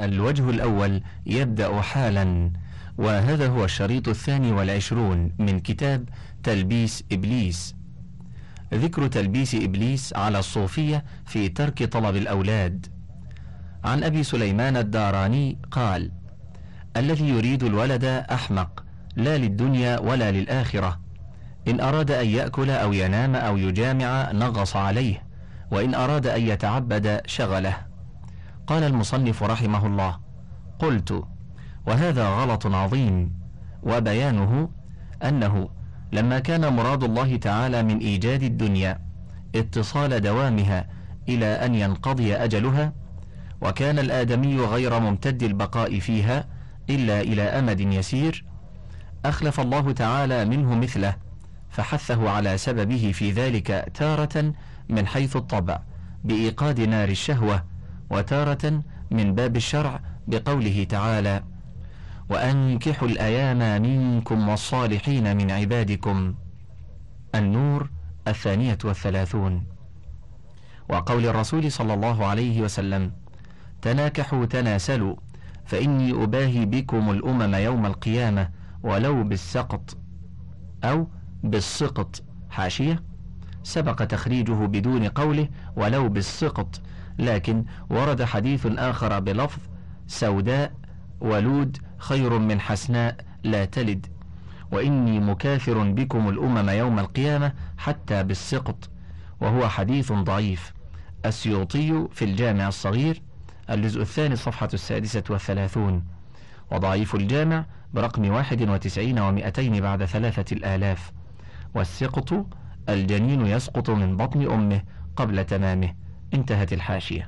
الوجه الأول يبدأ حالا، وهذا هو الشريط 22 من كتاب تلبيس إبليس. ذكر تلبيس إبليس على الصوفية في ترك طلب الأولاد. عن أبي سليمان الداراني قال: الذي يريد الولد أحمق، لا للدنيا ولا للآخرة. إن أراد أن يأكل أو ينام أو يجامع نغص عليه، وإن أراد أن يتعبد شغله. قال المصنف رحمه الله: قلت: وهذا غلط عظيم، وبيانه أنه لما كان مراد الله تعالى من إيجاد الدنيا اتصال دوامها إلى أن ينقضي أجلها، وكان الآدمي غير ممتد البقاء فيها إلا إلى أمد يسير، أخلف الله تعالى منه مثله، فحثه على سببه في ذلك تارة من حيث الطبع بإيقاد نار الشهوة، وتارة من باب الشرع بقوله تعالى: وأنكحوا الأيام منكم والصالحين من عبادكم. النور 32. وقول الرسول صلى الله عليه وسلم: تناكحوا تناسلوا فإني أباهي بكم الأمم يوم القيامة ولو بالسقط أو بالسقط. حاشية: سبق تخريجه بدون قوله ولو بالسقط، لكن ورد حديث آخر بلفظ: سوداء ولود خير من حسناء لا تلد، وإني مكاثر بكم الأمم يوم القيامة حتى بالسقط، وهو حديث ضعيف. السيوطي في الجامع الصغير الجزء الثاني صفحة 36، وضعيف الجامع برقم 91 و200 بعد 3000. والسقط الجنين يسقط من بطن أمه قبل تمامه. انتهت الحاشية.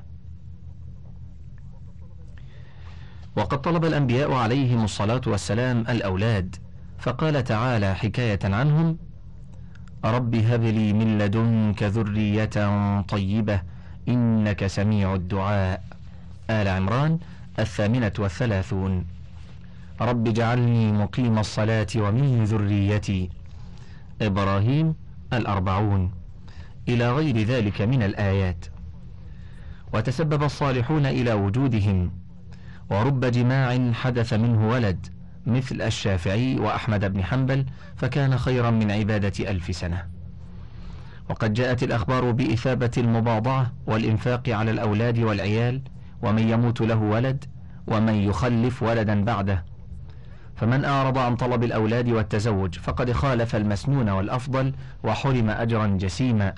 وقد طلب الأنبياء عليهم الصلاة والسلام الأولاد، فقال تعالى حكاية عنهم: رب هب لي من لدنك ذرية طيبة إنك سميع الدعاء. آل عمران 38. رب اجعلني مقيم الصلاة ومن ذريتي. إبراهيم 40، إلى غير ذلك من الآيات. وتسبب الصالحون إلى وجودهم، ورب جماع حدث منه ولد، مثل الشافعي وأحمد بن حنبل، فكان خيرا من عبادة 1000 سنة. وقد جاءت الأخبار بإثابة المباضعة والإنفاق على الأولاد والعيال، ومن يموت له ولد ومن يخلف ولدا بعده، فمن أعرض عن طلب الأولاد والتزوج فقد خالف المسنون والأفضل وحرم أجرا جسيما،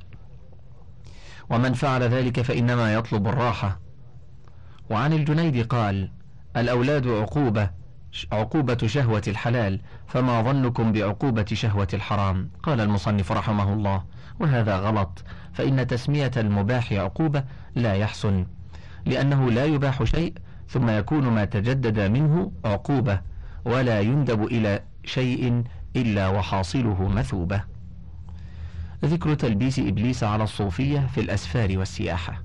ومن فعل ذلك فإنما يطلب الراحة. وعن الجنيد قال: الأولاد عقوبة شهوة الحلال، فما ظنكم بعقوبة شهوة الحرام؟ قال المصنف رحمه الله: وهذا غلط، فإن تسمية المباح عقوبة لا يحسن، لأنه لا يباح شيء ثم يكون ما تجدد منه عقوبة، ولا يندب إلى شيء إلا وحاصله مثوبة. ذكر تلبيس إبليس على الصوفية في الأسفار والسياحة.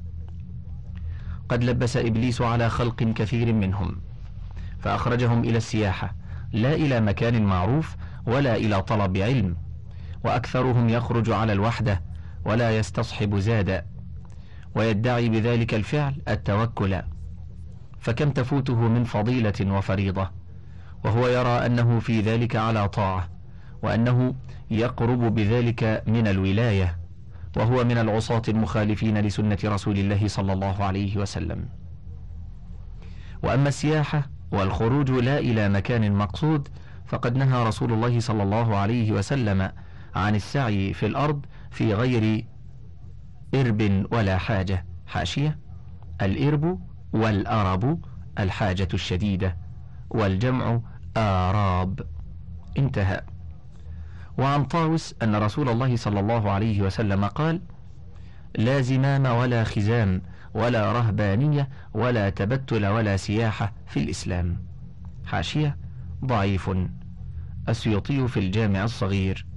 قد لبس إبليس على خلق كثير منهم، فأخرجهم إلى السياحة، لا إلى مكان معروف ولا إلى طلب علم، وأكثرهم يخرج على الوحدة ولا يستصحب زادا، ويدعي بذلك الفعل التوكل، فكم تفوته من فضيلة وفريضة، وهو يرى أنه في ذلك على طاعة، وأنه يقرب بذلك من الولاية، وهو من العصاة المخالفين لسنة رسول الله صلى الله عليه وسلم. وأما السياحة والخروج لا إلى مكان مقصود، فقد نهى رسول الله صلى الله عليه وسلم عن السعي في الأرض في غير إرب ولا حاجة. حاشية: الإرب والأرب الحاجة الشديدة، والجمع آراب. انتهى. وعن طاوس أن رسول الله صلى الله عليه وسلم قال: لا زمام ولا خزام ولا رهبانية ولا تبتل ولا سياحة في الإسلام. حاشية: ضعيف. السيوطي في الجامع الصغير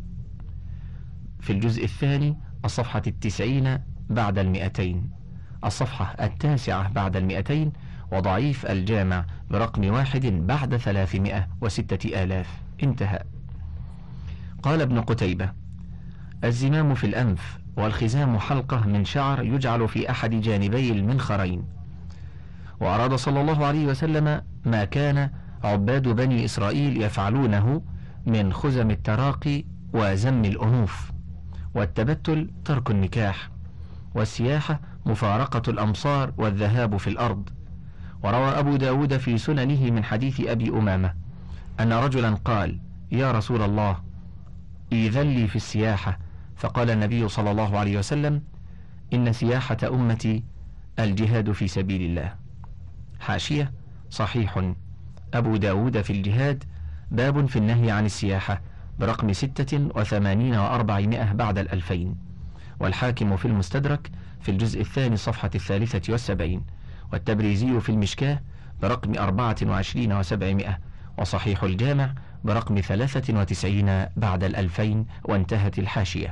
في الجزء الثاني الصفحة 90 بعد 200، الصفحة 9 بعد 200، وضعيف الجامع برقم 1 بعد 306,000. انتهى. قال ابن قتيبة: الزمام في الأنف، والخزام حلقة من شعر يجعل في أحد جانبي المنخرين، وأراد صلى الله عليه وسلم ما كان عباد بني إسرائيل يفعلونه من خزم التراقي وزم الأنوف، والتبتل ترك النكاح، والسياحة مفارقة الأمصار والذهاب في الأرض. وروى أبو داود في سننه من حديث أبي أمامة أن رجلا قال: يا رسول الله، إذن لي في السياحة. فقال النبي صلى الله عليه وسلم: إن سياحة أمتي الجهاد في سبيل الله. حاشية: صحيح أبو داود في الجهاد، باب في النهي عن السياحة، برقم 86 و400 بعد 2000. والحاكم في المستدرك في الجزء الثاني صفحة 73، والتبريزي في المشكاة برقم 24 و700، وصحيح الجامع برقم 93 بعد 2000. وانتهت الحاشية.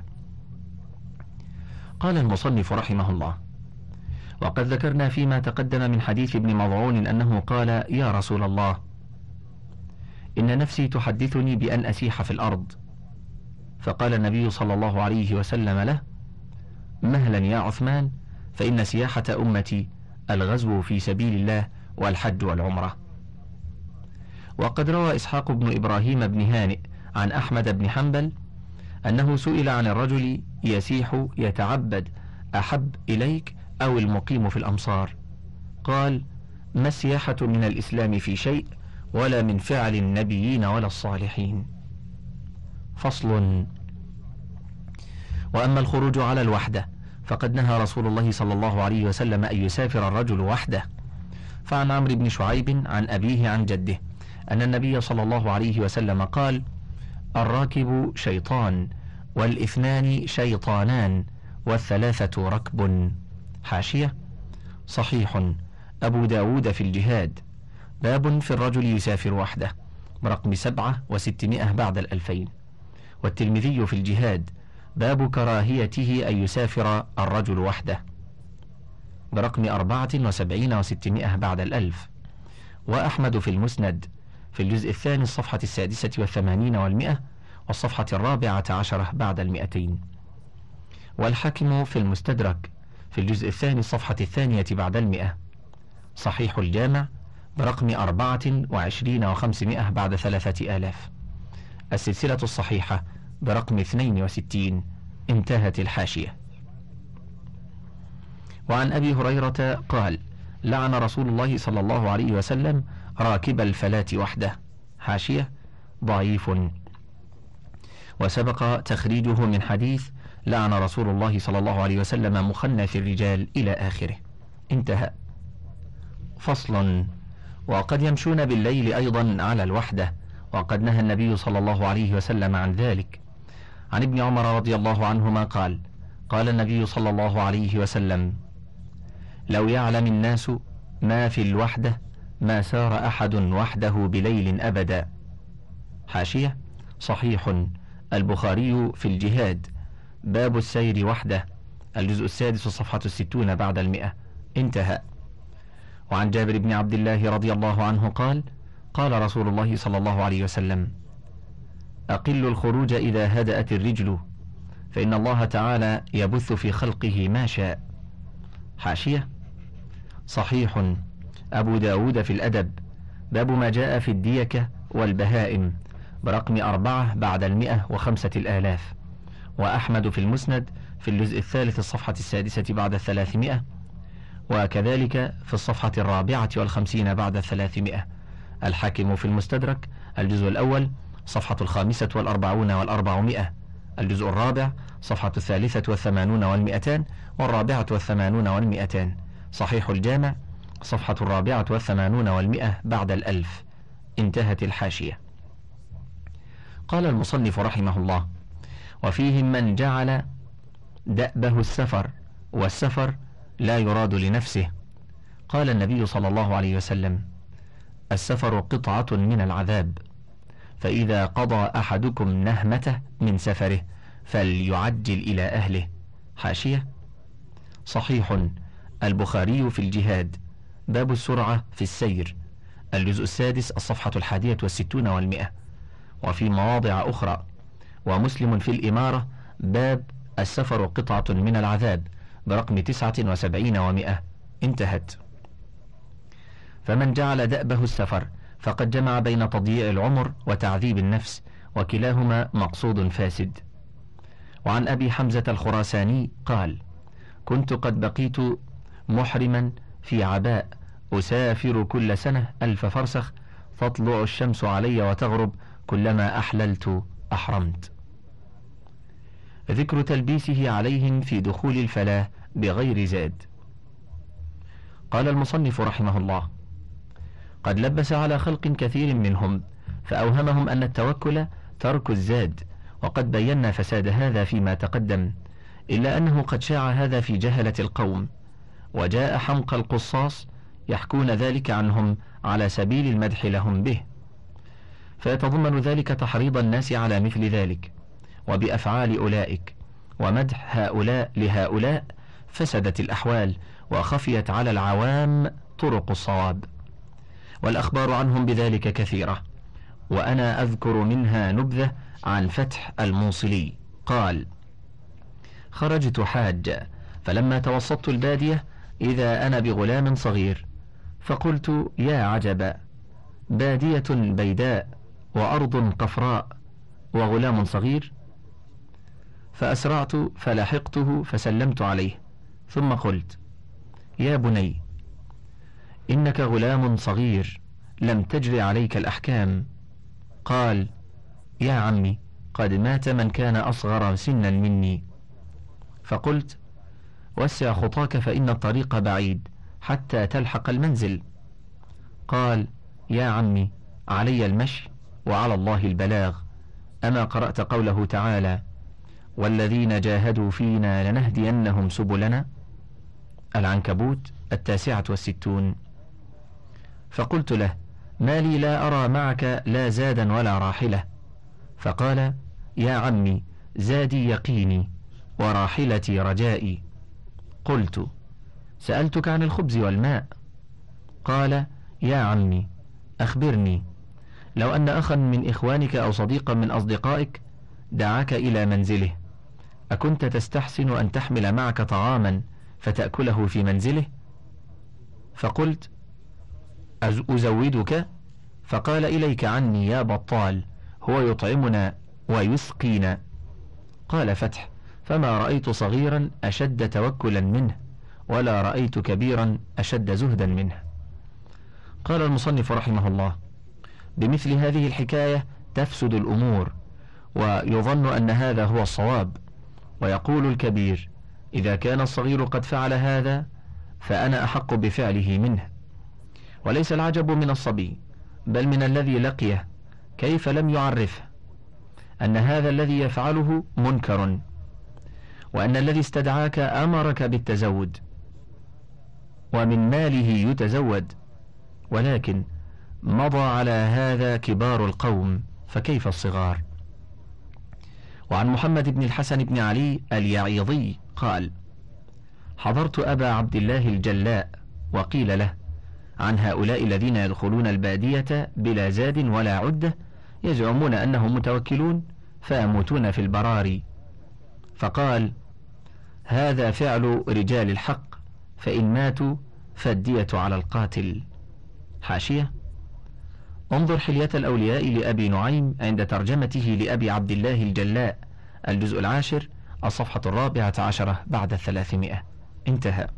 قال المصنف رحمه الله: وقد ذكرنا فيما تقدم من حديث ابن مضعون أنه قال: يا رسول الله، إن نفسي تحدثني بأن أسيح في الأرض. فقال النبي صلى الله عليه وسلم له: مهلا يا عثمان، فإن سياحة أمتي الغزو في سبيل الله والحج والعمرة. وقد روى إسحاق بن إبراهيم بن هانئ عن أحمد بن حنبل أنه سئل عن الرجل يسيح يتعبد: أحب إليك أو المقيم في الأمصار؟ قال: ما السياحة من الإسلام في شيء، ولا من فعل النبيين ولا الصالحين. فصل. وأما الخروج على الوحدة فقد نهى رسول الله صلى الله عليه وسلم أن يسافر الرجل وحده. فعن عمرو بن شعيب عن أبيه عن جده أن النبي صلى الله عليه وسلم قال: الراكب شيطان، والاثنان شيطانان، والثلاثة ركب. حاشية: صحيح أبو داود في الجهاد، باب في الرجل يسافر وحده، برقم 67 بعد 2000. والترمذي في الجهاد، باب كراهيته أن يسافر الرجل وحده، برقم 74 و600 بعد 1000. وأحمد في المسند في الجزء الثاني الصفحة 86 و100، والصفحة 14 بعد 200. والحاكم في المستدرك في الجزء الثاني الصفحة 2 بعد 100. صحيح الجامع برقم 24 و500 بعد 3000. السلسلة الصحيحة برقم 62. انتهت الحاشية. وعن أبي هريرة قال: لعن رسول الله صلى الله عليه وسلم راكب الفلاة وحده. حاشية: ضعيف. وسبق تخريجه من حديث: لعن رسول الله صلى الله عليه وسلم مخنث الرجال إلى آخره. انتهى. فصل. وقد يمشون بالليل أيضا على الوحدة، وقد نهى النبي صلى الله عليه وسلم عن ذلك. عن ابن عمر رضي الله عنهما قال: قال النبي صلى الله عليه وسلم: لو يعلم الناس ما في الوحدة ما سار أحد وحده بليل أبدا. حاشية: صحيح البخاري في الجهاد، باب السير وحده، الجزء السادس صفحة 60 بعد 100. انتهى. وعن جابر بن عبد الله رضي الله عنه قال: قال رسول الله صلى الله عليه وسلم: أقل الخروج إذا هدأت الرجل، فإن الله تعالى يبث في خلقه ما شاء. حاشية: صحيح أبو داود في الأدب، باب ما جاء في الديكة والبهائم، برقم 4 بعد 105,000. وأحمد في المسند في الجزء الثالث الصفحة 6 بعد 300، وكذلك في الصفحة 54 بعد 300. الحاكم في المستدرك الجزء الأول صفحة 45 و400، الجزء الرابع صفحة 83 و200، والرابعة 80 و200. صحيح الجامع صفحة 84 و100 بعد 1000. انتهت الحاشية. قال المصنف رحمه الله: وفيهم من جعل دأبه السفر، والسفر لا يراد لنفسه. قال النبي صلى الله عليه وسلم: السفر قطعة من العذاب، فإذا قضى أحدكم نهمته من سفره فليعجل إلى أهله. حاشية: صحيح البخاري في الجهاد، باب السرعة في السير، الجزء السادس الصفحة 61 و100. وفي مواضع أخرى: ومسلم في الإمارة، باب السفر قطعة من العذاب، برقم 79 و100. انتهت. فمن جعل دأبه السفر فقد جمع بين تضييع العمر وتعذيب النفس، وكلاهما مقصود فاسد. وعن أبي حمزة الخراساني قال: كنت قد بقيت محرما في عباء، أسافر كل سنة 1000 فرسخ، تطلع الشمس علي وتغرب، كلما أحللت أحرمت. ذكر تلبيسه عليهم في دخول الفلاة بغير زاد. قال المصنف رحمه الله: قد لبس على خلق كثير منهم، فأوهمهم أن التوكل ترك الزاد، وقد بينا فساد هذا فيما تقدم، إلا أنه قد شاع هذا في جهلة القوم، وجاء حمقى القصاص يحكون ذلك عنهم على سبيل المدح لهم به، فيتضمن ذلك تحريض الناس على مثل ذلك، وبأفعال أولئك ومدح هؤلاء لهؤلاء فسدت الأحوال، وخفيت على العوام طرق الصواب، والأخبار عنهم بذلك كثيرة. وأنا أذكر منها نبذة عن فتح الموصلي قال: خرجت حاجة، فلما توسطت البادية إذا أنا بغلام صغير، فقلت: يا عجبا، بادية بيداء وأرض قفراء وغلام صغير. فأسرعت فلحقته فسلمت عليه، ثم قلت: يا بني، إنك غلام صغير لم تجر عليك الأحكام. قال: يا عمي، قد مات من كان أصغر سنا مني. فقلت: وسع خطاك فإن الطريق بعيد حتى تلحق المنزل. قال: يا عمي، علي المشي وعلى الله البلاغ، أما قرأت قوله تعالى: والذين جاهدوا فينا لنهدينهم سبلنا؟ العنكبوت 69. فقلت له: ما لي لا أرى معك لا زادا ولا راحلة؟ فقال: يا عمي، زادي يقيني وراحلتي رجائي. قلت: سألتك عن الخبز والماء. قال: يا عمي، أخبرني، لو أن أخا من إخوانك أو صديقا من أصدقائك دعاك إلى منزله، أكنت تستحسن أن تحمل معك طعاما فتأكله في منزله؟ فقلت: أزودك؟ فقال: إليك عني يا بطال، هو يطعمنا ويسقينا. قال فتح: فما رأيت صغيرا أشد توكلا منه، ولا رأيت كبيرا أشد زهدا منه. قال المصنف رحمه الله: بمثل هذه الحكاية تفسد الأمور، ويظن أن هذا هو الصواب، ويقول الكبير: إذا كان الصغير قد فعل هذا فأنا أحق بفعله منه. وليس العجب من الصبي، بل من الذي لقيه، كيف لم يعرفه أن هذا الذي يفعله منكر، وأن الذي استدعاك أمرك بالتزود، ومن ماله يتزود، ولكن مضى على هذا كبار القوم، فكيف الصغار؟ وعن محمد بن الحسن بن علي اليعيضي قال: حضرت أبا عبد الله الجلاء، وقيل له عن هؤلاء الذين يدخلون البادية بلا زاد ولا عدة، يزعمون أنهم متوكلون فيموتون في البراري، فقال: هذا فعل رجال الحق، فإن ماتوا فالدية على القاتل. حاشية: انظر حلية الأولياء لأبي نعيم عند ترجمته لأبي عبد الله الجلاء، الجزء 10، الصفحة 14 بعد 300. انتهى.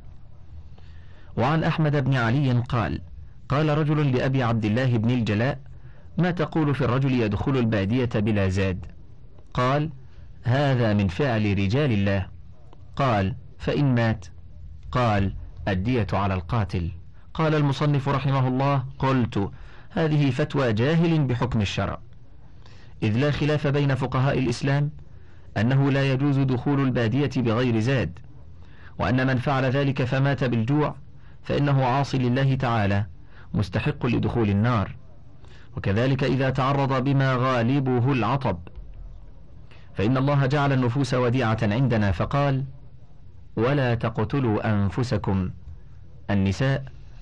وعن أحمد بن علي قال: قال رجل لأبي عبد الله بن الجلاء: ما تقول في الرجل يدخل البادية بلا زاد؟ قال: هذا من فعل رجال الله. قال: فإن مات؟ قال: الدية على القاتل. قال المصنف رحمه الله: قلت: هذه فتوى جاهل بحكم الشرع، إذ لا خلاف بين فقهاء الإسلام أنه لا يجوز دخول البادية بغير زاد، وأن من فعل ذلك فمات بالجوع فإنه عاصي لله تعالى مستحق لدخول النار، وكذلك إذا تعرض بما غالبه العطب، فإن الله جعل النفوس وديعة عندنا فقال: ولا تقتلوا أنفسكم، النساء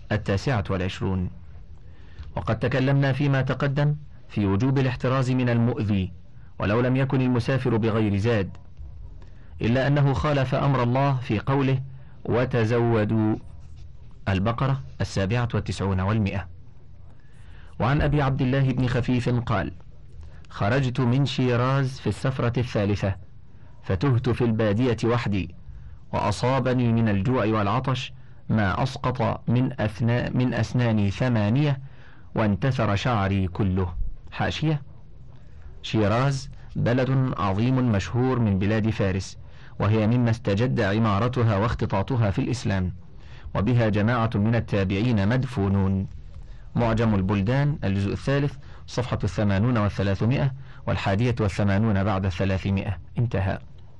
29. وقد تكلمنا فيما تقدم في وجوب الاحتراز من المؤذي ولو لم يكن المسافر بغير زاد، إلا أنه خالف أمر الله في قوله: وتزودوا، البقرة 97 و100. وعن أبي عبد الله بن خفيف قال: خرجت من شيراز في السفرة الثالثة، فتهت في البادية وحدي، وأصابني من الجوع والعطش ما أسقط من أسناني 8، وانتثر شعري كله. حاشية: شيراز بلد عظيم مشهور من بلاد فارس، وهي مما استجد عمارتها واختطاطها في الإسلام، وبها جماعة من التابعين مدفونون. معجم البلدان الجزء الثالث صفحة 80 و300 و81 بعد 300. انتهى.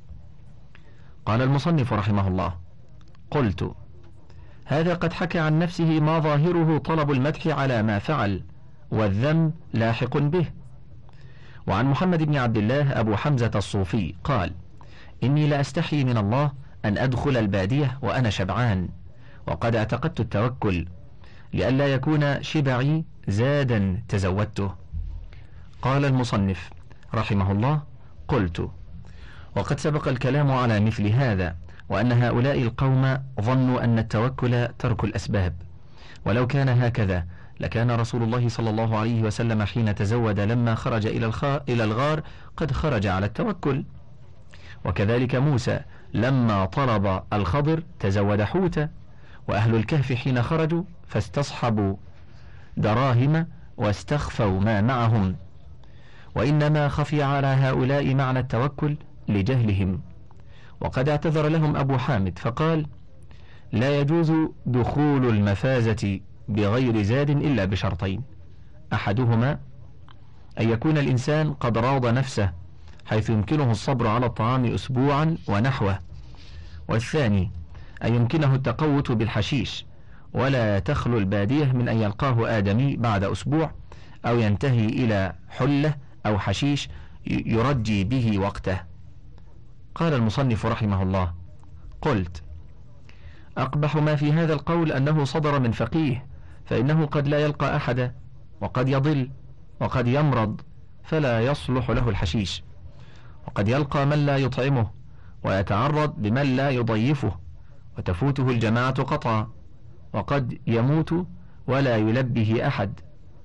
قال المصنف رحمه الله: قلت: هذا قد حكى عن نفسه ما ظاهره طلب المدح على ما فعل، والذم لاحق به. وعن محمد بن عبد الله أبو حمزة الصوفي قال: إني لأستحي من الله أن أدخل البادية وأنا شبعان، وقد اعتقدت التوكل لئلا يكون شبعي زادا تزودته. قال المصنف رحمه الله: قلت: وقد سبق الكلام على مثل هذا، وأن هؤلاء القوم ظنوا أن التوكل ترك الأسباب، ولو كان هكذا لكان رسول الله صلى الله عليه وسلم حين تزود لما خرج إلى الغار قد خرج على التوكل. وكذلك موسى لما طلب الخضر تزود حوتا، وأهل الكهف حين خرجوا فاستصحبوا دراهم واستخفوا ما معهم. وإنما خفي على هؤلاء معنى التوكل لجهلهم. وقد اعتذر لهم أبو حامد فقال: لا يجوز دخول المفازة بغير زاد إلا بشرطين: أحدهما أن يكون الإنسان قد راض نفسه حيث يمكنه الصبر على الطعام أسبوعا ونحوه، والثاني أن يمكنه التقوت بالحشيش، ولا تخلو البادية من أن يلقاه آدمي بعد أسبوع، أو ينتهي إلى حلة أو حشيش يرجي به وقته. قال المصنف رحمه الله: قلت: أقبح ما في هذا القول أنه صدر من فقيه، فإنه قد لا يلقى أحدا، وقد يضل، وقد يمرض فلا يصلح له الحشيش، وقد يلقى من لا يطعمه، ويتعرض بمن لا يضيفه، وتفوته الجماعة قطعا، وقد يموت ولا يلبه أحد.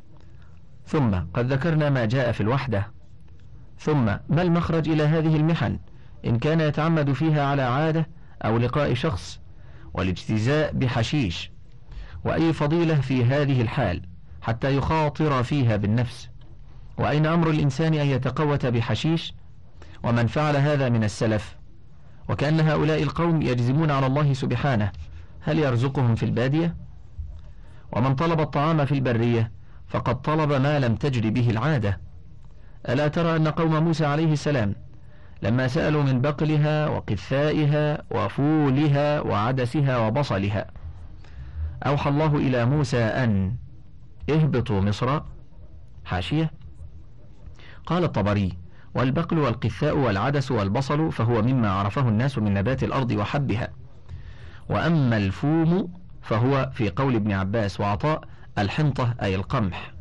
ثم قد ذكرنا ما جاء في الوحدة. ثم ما المخرج إلى هذه المحن إن كان يتعمد فيها على عادة أو لقاء شخص والاجتزاء بحشيش؟ وأي فضيلة في هذه الحال حتى يخاطر فيها بالنفس؟ وأين أمر الإنسان أن يتقوت بحشيش؟ ومن فعل هذا من السلف؟ وكأن هؤلاء القوم يجزمون على الله سبحانه: هل يرزقهم في البادية؟ ومن طلب الطعام في البرية فقد طلب ما لم تجري به العادة. ألا ترى أن قوم موسى عليه السلام لما سألوا من بقلها وقثائها وفولها وعدسها وبصلها أوحى الله إلى موسى أن اهبطوا مصر؟ حاشية: قال الطبري: والبقل والقثاء والعدس والبصل فهو مما عرفه الناس من نبات الأرض وحبها. وأما الفوم فهو في قول ابن عباس وعطاء الحنطة أي القمح.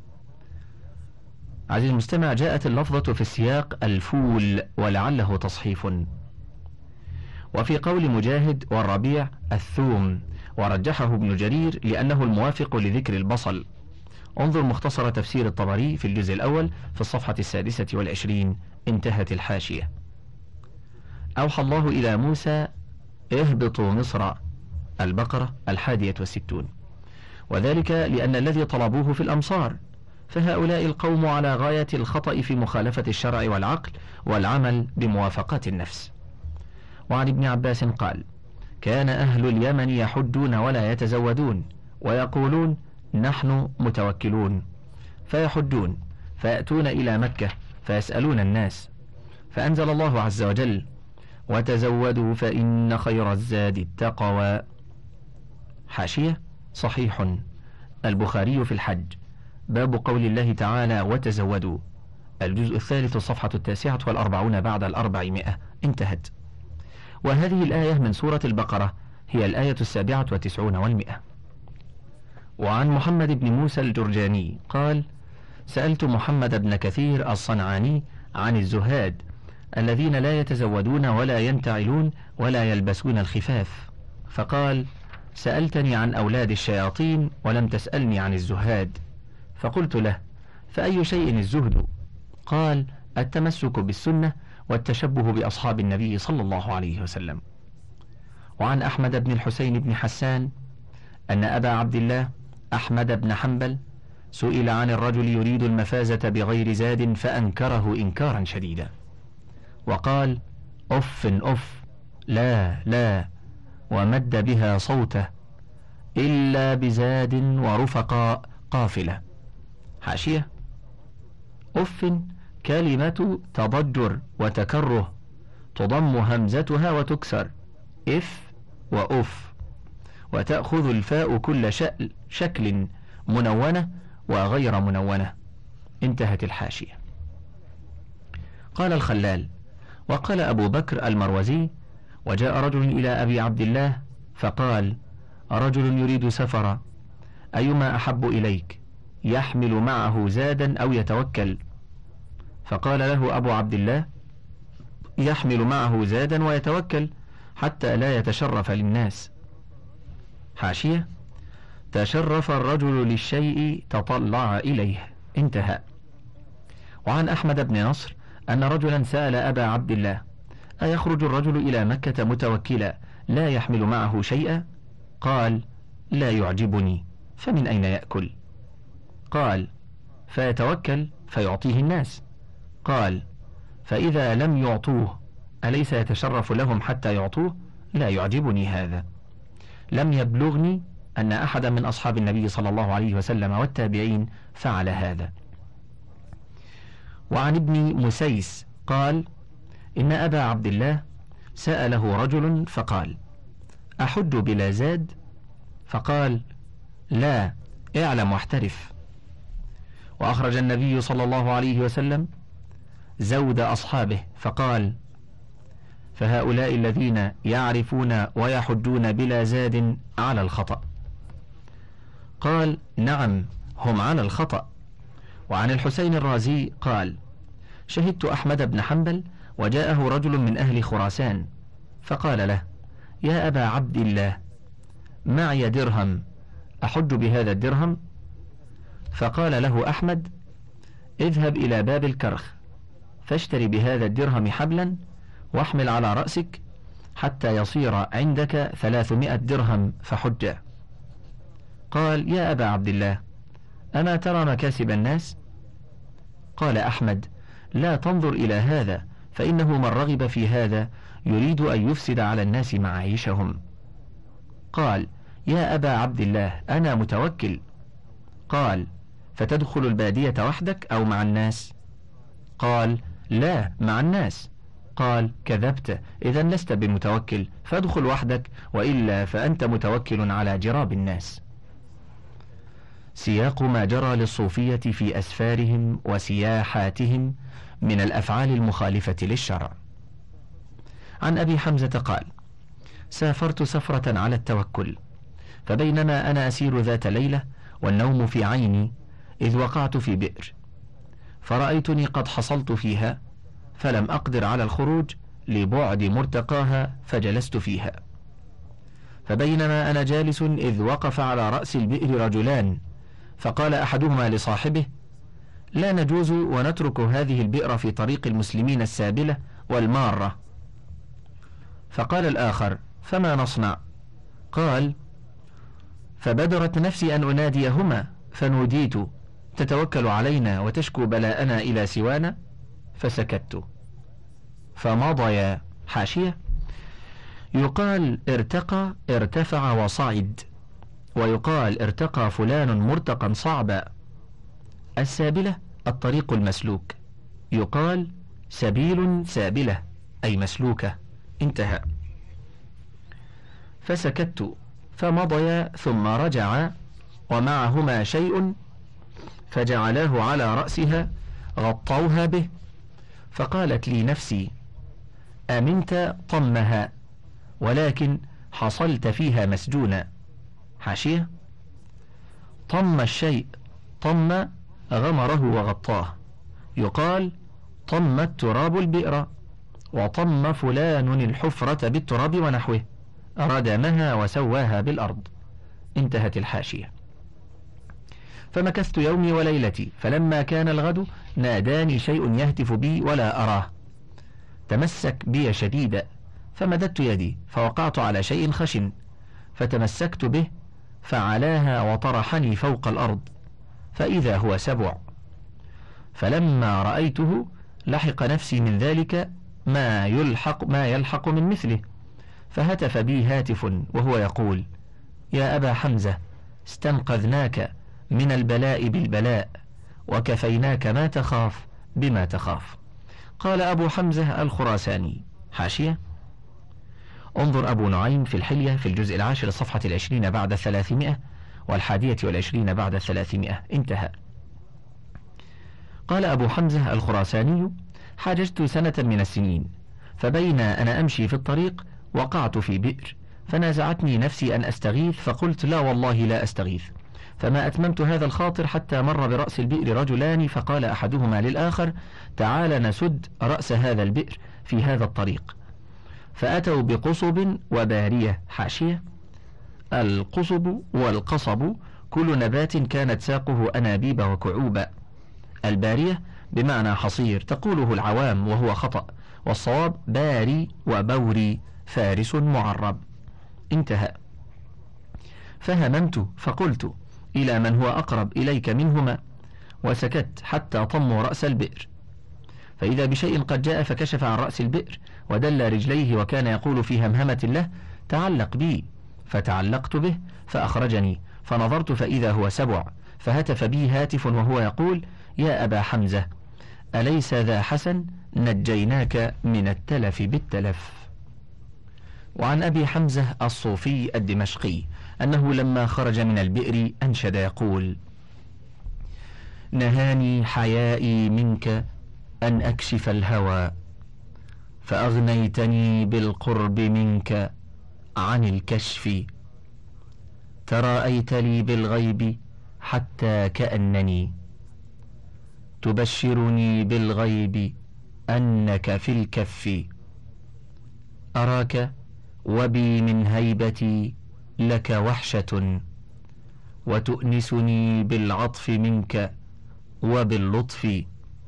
عزيزي المستمع، جاءت اللفظة في السياق الفول ولعله تصحيف. وفي قول مجاهد والربيع الثوم، ورجحه ابن جرير لأنه الموافق لذكر البصل. انظر مختصر تفسير الطبري في الجزء الأول في الصفحة 26. انتهت الحاشية. أوحى الله إلى موسى اهبطوا مصر، البقرة 61. وذلك لأن الذي طلبوه في الأمصار، فهؤلاء القوم على غاية الخطأ في مخالفة الشرع والعقل والعمل بموافقات النفس. وعن ابن عباس قال: كان أهل اليمن يحجون ولا يتزودون، ويقولون نحن متوكلون، فيحجون فيأتون إلى مكة فيسألون الناس، فأنزل الله عز وجل: وتزودوا فإن خير الزاد التقوى. حاشية: صحيح. البخاري في الحج، باب قول الله تعالى: وتزودوا، الجزء الثالث الصفحة 49 بعد 400. انتهت. وهذه الآية من سورة البقرة هي الآية 97 و100. وعن محمد بن موسى الجرجاني قال: سألت محمد بن كثير الصنعاني عن الزهاد الذين لا يتزودون ولا ينتعلون ولا يلبسون الخفاف، فقال: سألتني عن أولاد الشياطين ولم تسألني عن الزهاد. فقلت له: فأي شيء الزهد؟ قال: التمسك بالسنة والتشبه بأصحاب النبي صلى الله عليه وسلم. وعن أحمد بن الحسين بن حسان أن أبا عبد الله أحمد بن حنبل سئل عن الرجل يريد المفازة بغير زاد فأنكره إنكارا شديدا، وقال: أف أف، لا لا، ومد بها صوته: إلا بزاد ورفقاء قافلة. حاشية: أف كلمة تضجر وتكره، تضم همزتها وتكسر إف وأف، وتأخذ الفاء كل شكل منونة وغير منونة. انتهت الحاشية. قال الخلال: وقال أبو بكر المروزي: وجاء رجل إلى أبي عبد الله فقال: رجل يريد سفرا، أيما أحب إليك، يحمل معه زادا أو يتوكل؟ فقال له أبو عبد الله: يحمل معه زادا ويتوكل حتى لا يتشرف للناس. حاشية: تشرف الرجل للشيء تطلع إليه. انتهى. وعن أحمد بن نصر أن رجلا سأل أبا عبد الله: أيخرج الرجل إلى مكة متوكلا لا يحمل معه شيئا؟ قال: لا يعجبني، فمن أين يأكل؟ قال: فيتوكل فيعطيه الناس. قال: فإذا لم يعطوه أليس يتشرف لهم حتى يعطوه؟ لا يعجبني هذا. لم يبلغني أن أحدا من أصحاب النبي صلى الله عليه وسلم والتابعين فعل هذا. وعن ابن مسيس قال: إن أبا عبد الله سأله رجل فقال: أحج بلا زاد؟ فقال: لا، اعلم واحترف. وأخرج النبي صلى الله عليه وسلم زود أصحابه فقال: فهؤلاء الذين يعرفون ويحجون بلا زاد على الخطأ. قال: نعم، هم على الخطأ. وعن الحسين الرازي قال: شهدت أحمد بن حنبل وجاءه رجل من أهل خراسان فقال له: يا أبا عبد الله، معي درهم، أحج بهذا الدرهم؟ فقال له أحمد: اذهب إلى باب الكرخ فاشتري بهذا الدرهم حبلا واحمل على رأسك حتى يصير عندك 300 درهم فحج. قال: يا أبا عبد الله، أما ترى مكاسب الناس؟ قال أحمد: لا تنظر إلى هذا، فإنه من رغب في هذا يريد أن يفسد على الناس معايشهم. قال: يا أبا عبد الله، أنا متوكل. قال: فتدخل البادية وحدك أو مع الناس؟ قال: لا، مع الناس. قال: كذبت، إذا لست بمتوكل، فادخل وحدك، وإلا فأنت متوكل على جراب الناس. سياق ما جرى للصوفية في أسفارهم وسياحاتهم من الأفعال المخالفة للشرع. عن أبي حمزة قال: سافرت سفرة على التوكل، فبينما أنا أسير ذات ليلة والنوم في عيني إذ وقعت في بئر، فرأيتني قد حصلت فيها فلم أقدر على الخروج لبعد مرتقاها فجلست فيها. فبينما أنا جالس إذ وقف على رأس البئر رجلان، فقال أحدهما لصاحبه: لا نجوز ونترك هذه البئر في طريق المسلمين السابلة والمارة. فقال الآخر: فما نصنع؟ قال: فبدرت نفسي أن أناديهما فنوديت: تتوكل علينا وتشكو بلاءنا إلى سوانا؟ فسكت فمضيا. حاشية: يقال ارتقى ارتفع وصعد، ويقال ارتقى فلان مرتقا صعبا. السابلة الطريق المسلوك، يقال سبيل سابلة أي مسلوكة. انتهى. فسكت فمضيا ثم رجعا ومعهما شيء فجعلاه على رأسها غطوها به، فقالت لي نفسي: أمنت طمها، ولكن حصلت فيها مسجونا. حاشية: طم الشيء، طم غمره وغطاه، يقال طم التراب البئر، وطم فلان الحفرة بالتراب ونحوه. ردمها وسواها بالأرض. انتهت الحاشية. فمكثت يومي وليلتي، فلما كان الغد ناداني شيء يهتف بي ولا أراه، تمسك بي شديدا، فمددت يدي فوقعت على شيء خشن، فتمسكت به فعلاها وطرحني فوق الأرض، فإذا هو سبع. فلما رأيته لحق نفسي من ذلك ما يلحق من مثله، فهتف بي هاتف وهو يقول: يا أبا حمزة، استنقذناك من البلاء بالبلاء، وكفيناك ما تخاف بما تخاف. قال أبو حمزة الخراساني. حاشية: انظر أبو نعيم في الحلية في الجزء 10 صفحة 20 بعد 300 و21 بعد 300. انتهى. قال أبو حمزة الخراساني: حاججت سنة من السنين، فبين أنا أمشي في الطريق وقعت في بئر، فنازعتني نفسي أن أستغيث، فقلت: لا والله لا أستغيث. فما أتممت هذا الخاطر حتى مر برأس البئر رجلان، فقال أحدهما للآخر: تعال نسد رأس هذا البئر في هذا الطريق. فأتوا بقصب وبارية. حاشية: القصب والقصب كل نبات كانت ساقه أنابيب وكعوبا. البارية بمعنى حصير تقوله العوام وهو خطأ، والصواب باري وبوري فارس معرب. انتهى. فهممت فقلت: إلى من هو أقرب إليك منهما، وسكت حتى طموا رأس البئر، فإذا بشيء قد جاء فكشف عن رأس البئر ودل رجليه، وكان يقول في همهمة له: تعلق بي. فتعلقت به فأخرجني، فنظرت فإذا هو سبع، فهتف بي هاتف وهو يقول: يا أبا حمزة، أليس ذا حسن؟ نجيناك من التلف بالتلف. وعن أبي حمزة الصوفي الدمشقي أنه لما خرج من البئر أنشد يقول: نهاني حيائي منك أن أكشف الهوى، فأغنيتني بالقرب منك عن الكشف، تراءيت لي بالغيب حتى كأنني تبشرني بالغيب أنك في الكف، أراك وبي من هيبتي لك وحشة، وتؤنسني بالعطف منك وباللطف،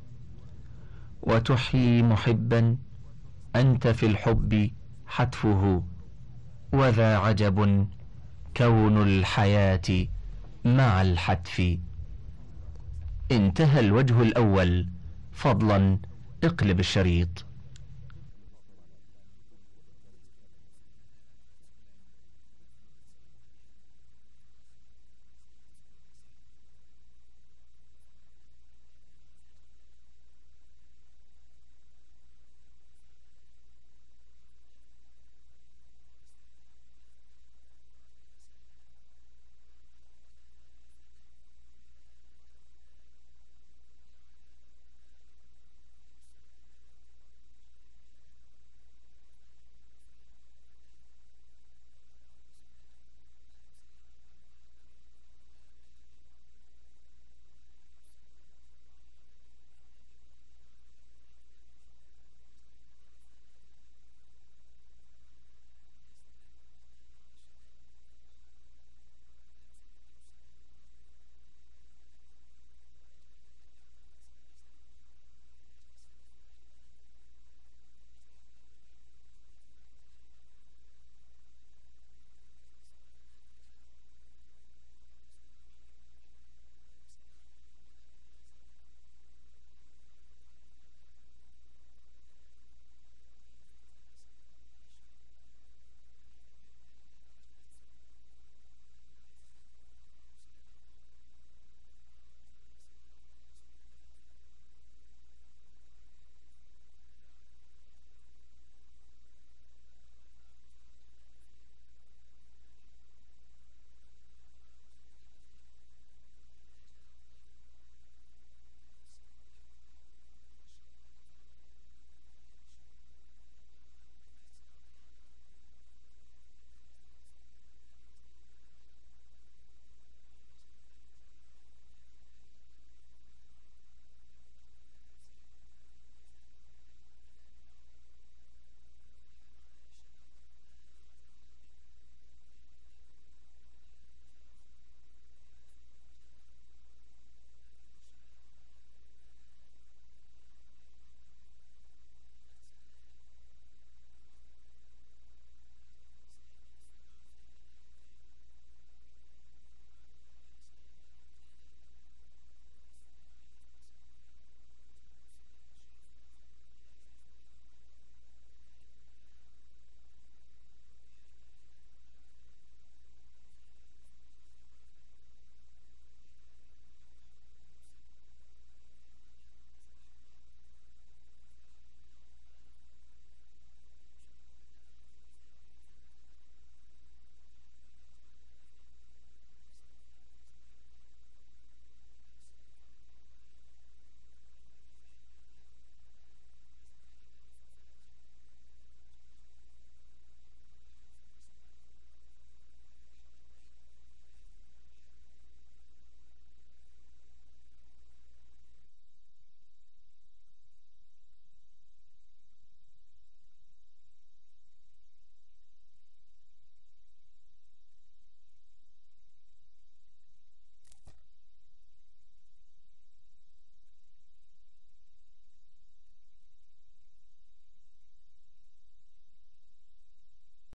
وتحيي محبا أنت في الحب حتفه، وذا عجب كون الحياة مع الحتف. انتهى الوجه الأول. فضلا اقلب الشريط.